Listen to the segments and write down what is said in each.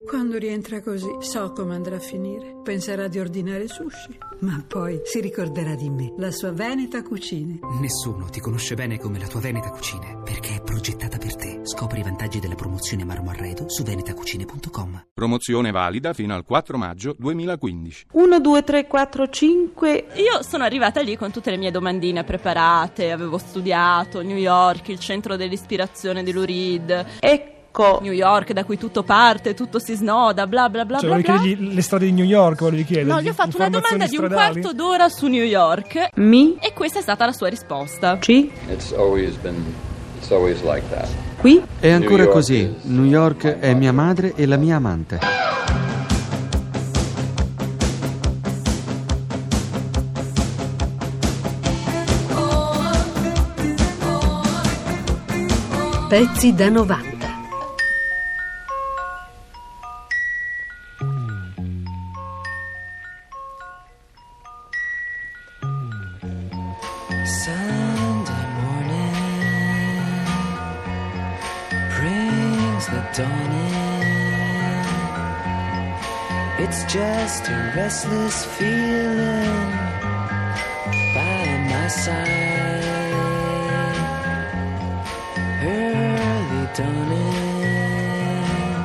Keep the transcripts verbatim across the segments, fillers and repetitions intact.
Quando rientra così, so come andrà a finire. Penserà di ordinare sushi, ma poi si ricorderà di me, la sua Veneta Cucine. Nessuno ti conosce bene come la tua Veneta Cucine, perché è progettata per te. Scopri i vantaggi della promozione Marmo Arredo su venetacucine punto com. Promozione valida fino al quattro maggio duemilaquindici. uno, due, tre, quattro, cinque. Io sono arrivata lì con tutte le mie domandine preparate, avevo studiato New York, il centro dell'ispirazione di Lou Reed. Ecco. New York, da cui tutto parte, tutto si snoda, bla bla bla cioè, bla. Cioè, volevi chiedergli le strade di New York, volevi chiedergli? No, gli ho fatto una domanda di un stradali. quarto d'ora su New York. Mi. E questa è stata la sua risposta. Ci. It's always been, it's always like that. Qui. È ancora così. New York è mia madre e la mia amante. Pezzi da novanta. Sunday morning brings the dawn in. It's just a restless feeling by my side. Early dawning,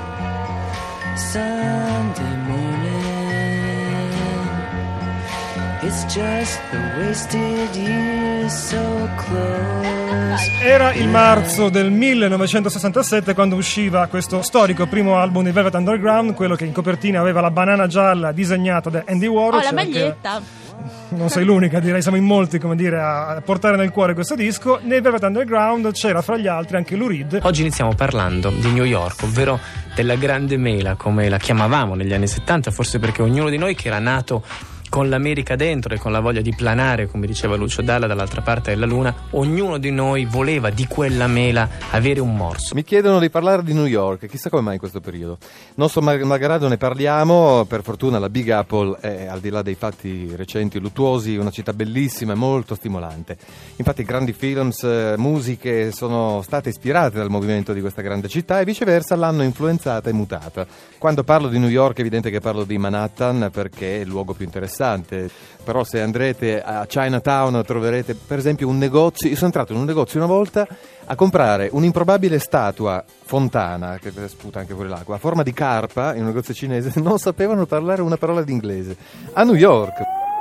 Sunday morning. It's just the wasted years so close. Era il marzo del millenovecentosessantasette quando usciva questo storico primo album di Velvet Underground, quello che in copertina aveva la banana gialla disegnata da Andy Warhol. Oh, la maglietta! Che... non sei l'unica, direi siamo in molti, come dire, a portare nel cuore questo disco. Nel Velvet Underground c'era fra gli altri anche Lou Reed. Oggi iniziamo parlando di New York, ovvero della grande mela, come la chiamavamo negli anni settanta, forse perché ognuno di noi che era nato con l'America dentro e con la voglia di planare, come diceva Lucio Dalla, dall'altra parte della luna, ognuno di noi voleva di quella mela avere un morso. Mi chiedono di parlare di New York, chissà come mai in questo periodo. Non so, malgrado ne parliamo, per fortuna la Big Apple è, al di là dei fatti recenti e luttuosi, una città bellissima e molto stimolante. Infatti grandi films, musiche sono state ispirate dal movimento di questa grande città e viceversa l'hanno influenzata e mutata. Quando parlo di New York è evidente che parlo di Manhattan perché è il luogo più interessante. Però se andrete a Chinatown troverete per esempio un negozio. Io sono entrato in un negozio una volta a comprare un'improbabile statua fontana che sputa anche fuori l'acqua a forma di carpa in un negozio cinese. Non sapevano parlare una parola d'inglese a New York.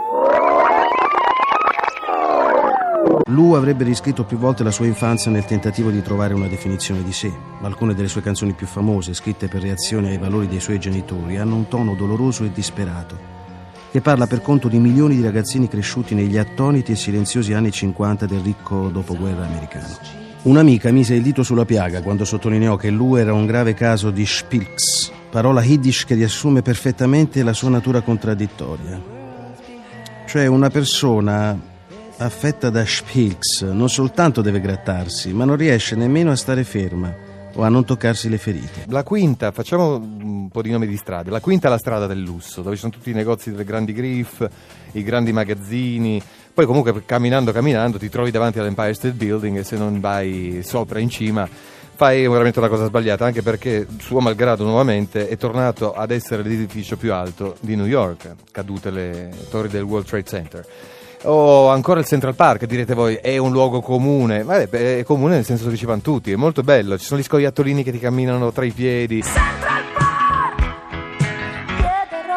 Lou avrebbe riscritto più volte la sua infanzia nel tentativo di trovare una definizione di sé. Alcune delle sue canzoni più famose, scritte per reazione ai valori dei suoi genitori, hanno un tono doloroso e disperato che parla per conto di milioni di ragazzini cresciuti negli attoniti e silenziosi anni cinquanta del ricco dopoguerra americano. Un'amica mise il dito sulla piaga quando sottolineò che Lou era un grave caso di Spilks, parola yiddish che riassume perfettamente la sua natura contraddittoria. Cioè una persona affetta da Spilks non soltanto deve grattarsi, ma non riesce nemmeno a stare ferma o a non toccarsi le ferite. La Quinta, facciamo un po' di nomi di strade. La Quinta è la strada del lusso, dove ci sono tutti i negozi delle grandi griff, i grandi magazzini. Poi comunque camminando camminando ti trovi davanti all'Empire State Building e se non vai sopra in cima fai veramente una cosa sbagliata, anche perché suo malgrado nuovamente è tornato ad essere l'edificio più alto di New York, cadute le torri del World Trade Center. O ancora il Central Park, direte voi, è un luogo comune. Vabbè, è comune nel senso che ci vanno tutti, è molto bello, ci sono gli scoiattolini che ti camminano tra i piedi. Central Park, chiederò,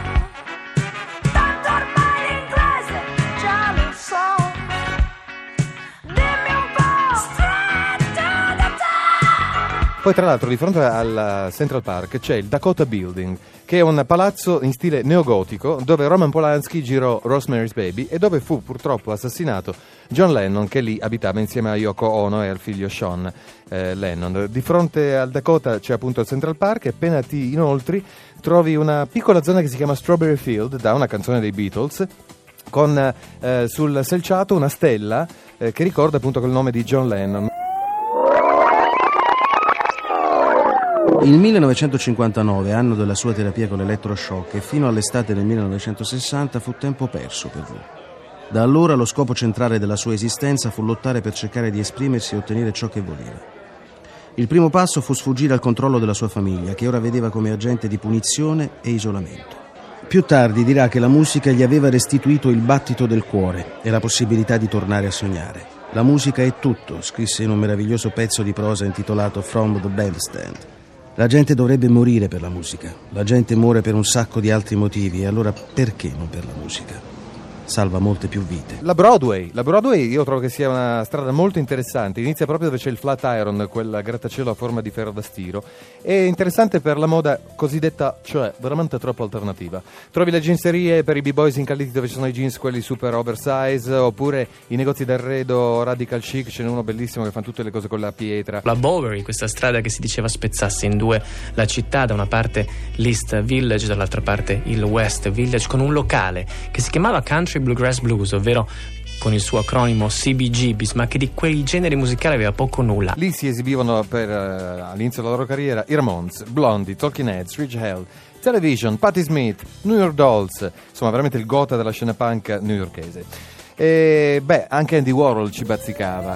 tanto ormai l'inglese già lo so. Dimmi un po', straight to the top. Poi tra l'altro di fronte al Central Park c'è il Dakota Building, che è un palazzo in stile neogotico dove Roman Polanski girò Rosemary's Baby e dove fu purtroppo assassinato John Lennon, che lì abitava insieme a Yoko Ono e al figlio Sean eh, Lennon. Di fronte al Dakota c'è appunto il Central Park e appena ti inoltri trovi una piccola zona che si chiama Strawberry Field, da una canzone dei Beatles, con eh, sul selciato una stella eh, che ricorda appunto col nome di John Lennon. Il millenovecentocinquantanove, anno della sua terapia con l'elettroshock, e fino all'estate del millenovecentosessanta fu tempo perso per lui. Da allora lo scopo centrale della sua esistenza fu lottare per cercare di esprimersi e ottenere ciò che voleva. Il primo passo fu sfuggire al controllo della sua famiglia, che ora vedeva come agente di punizione e isolamento. Più tardi dirà che la musica gli aveva restituito il battito del cuore e la possibilità di tornare a sognare. La musica è tutto, scrisse in un meraviglioso pezzo di prosa intitolato From the Bandstand. La gente dovrebbe morire per la musica. La gente muore per un sacco di altri motivi, e allora perché non per la musica? Salva molte più vite. La Broadway, la Broadway io trovo che sia una strada molto interessante. Inizia proprio dove c'è il Flatiron, quel grattacielo a forma di ferro da stiro. È interessante per la moda cosiddetta, cioè veramente troppo alternativa. Trovi le jeanserie per i b-boys incalliti dove ci sono i jeans, quelli super oversize, oppure i negozi d'arredo radical chic. Ce n'è uno bellissimo che fanno tutte le cose con la pietra. La Bowery, questa strada che si diceva spezzasse in due la città, da una parte l'East Village, dall'altra parte il West Village, con un locale che si chiamava Country Bluegrass Blues, ovvero con il suo acronimo C B G B, ma che di quei generi musicali aveva poco o nulla. Lì si esibivano per uh, all'inizio della loro carriera i Ramones, Blondie, Talking Heads, Ridge Hell, Television, Patti Smith, New York Dolls, insomma veramente il gotha della scena punk newyorkese. E beh, anche Andy Warhol ci bazzicava.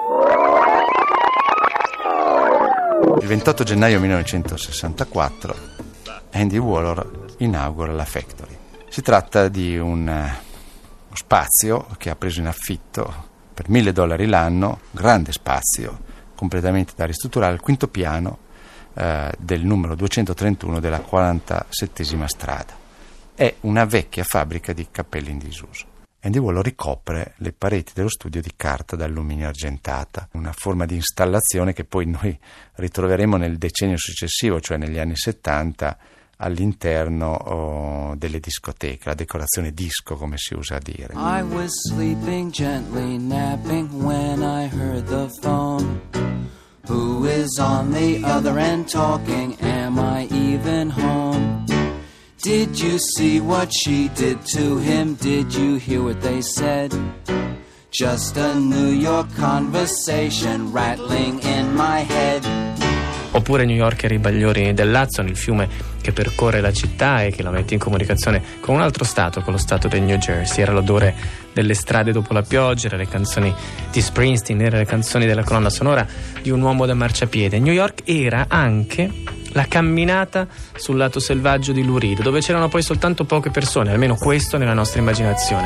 Il ventotto gennaio millenovecentosessantaquattro Andy Warhol inaugura la Factory. Si tratta di un spazio che ha preso in affitto per mille dollari l'anno, grande spazio, completamente da ristrutturare, al quinto piano eh, del numero duecentotrentuno della quarantasettesima strada. È una vecchia fabbrica di cappelli in disuso. Andy Warhol ricopre le pareti dello studio di carta d'alluminio argentata, una forma di installazione che poi noi ritroveremo nel decennio successivo, cioè negli anni settanta, all'interno oh, delle discoteche, la decorazione disco, come si usa a dire. I was sleeping gently, napping when I heard the phone. Who is on the other end talking? Am I even home? Did you see what she did to him? Did you hear what they said? Just a New York conversation rattling in my head. Oppure New York e i ribagliori del Lazzo, nel fiume che percorre la città e che la mette in comunicazione con un altro stato, con lo stato del New Jersey. Era l'odore delle strade dopo la pioggia, erano le canzoni di Springsteen, erano le canzoni della colonna sonora di Un uomo da marciapiede. New York era anche la camminata sul lato selvaggio di Lou Reed, dove c'erano poi soltanto poche persone, almeno questo nella nostra immaginazione.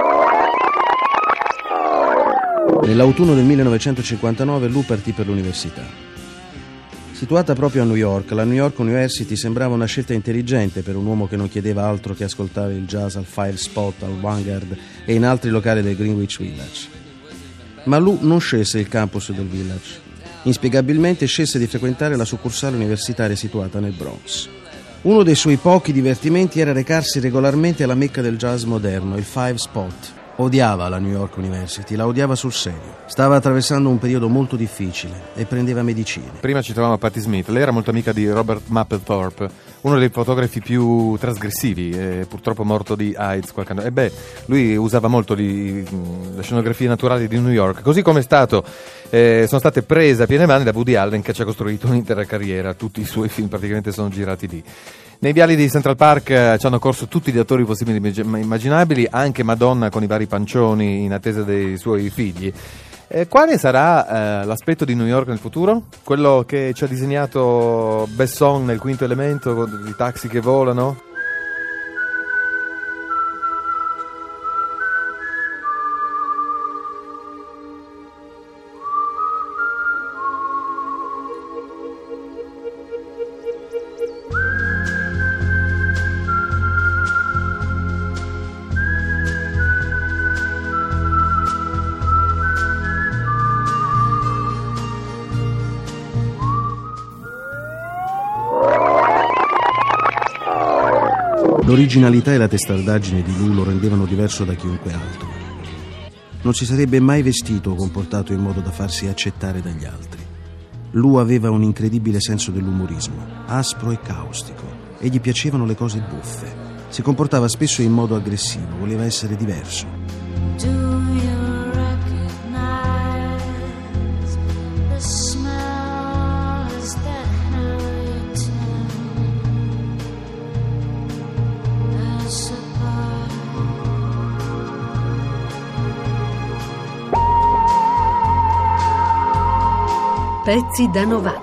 Nell'autunno del millenovecentocinquantanove Lou partì per l'università. Situata proprio a New York, la New York University sembrava una scelta intelligente per un uomo che non chiedeva altro che ascoltare il jazz al Five Spot, al Vanguard e in altri locali del Greenwich Village. Ma Lou non scelse il campus del Village. Inspiegabilmente scelse di frequentare la succursale universitaria situata nel Bronx. Uno dei suoi pochi divertimenti era recarsi regolarmente alla mecca del jazz moderno, il Five Spot. Odiava la New York University, la odiava sul serio. Stava attraversando un periodo molto difficile e prendeva medicine. Prima citavamo Patti Smith, lei era molto amica di Robert Mapplethorpe, uno dei fotografi più trasgressivi, eh, purtroppo morto di AIDS qualche anno. E beh, lui usava molto di, le scenografie naturali di New York, così come è stato, eh, sono state prese a piene mani da Woody Allen, che ci ha costruito un'intera carriera, tutti i suoi film praticamente sono girati lì. Nei viali di Central Park eh, ci hanno corso tutti gli attori possibili e immaginabili, anche Madonna con i vari pancioni in attesa dei suoi figli. Eh, quale sarà eh, l'aspetto di New York nel futuro? Quello che ci ha disegnato Besson nel Quinto Elemento, con i taxi che volano? L'originalità e la testardaggine di Lou lo rendevano diverso da chiunque altro. Non si sarebbe mai vestito o comportato in modo da farsi accettare dagli altri. Lou aveva un incredibile senso dell'umorismo, aspro e caustico, e gli piacevano le cose buffe. Si comportava spesso in modo aggressivo, voleva essere diverso. Pezzi da novanta.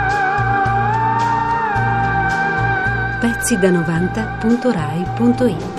pezzi da novanta punto rai punto it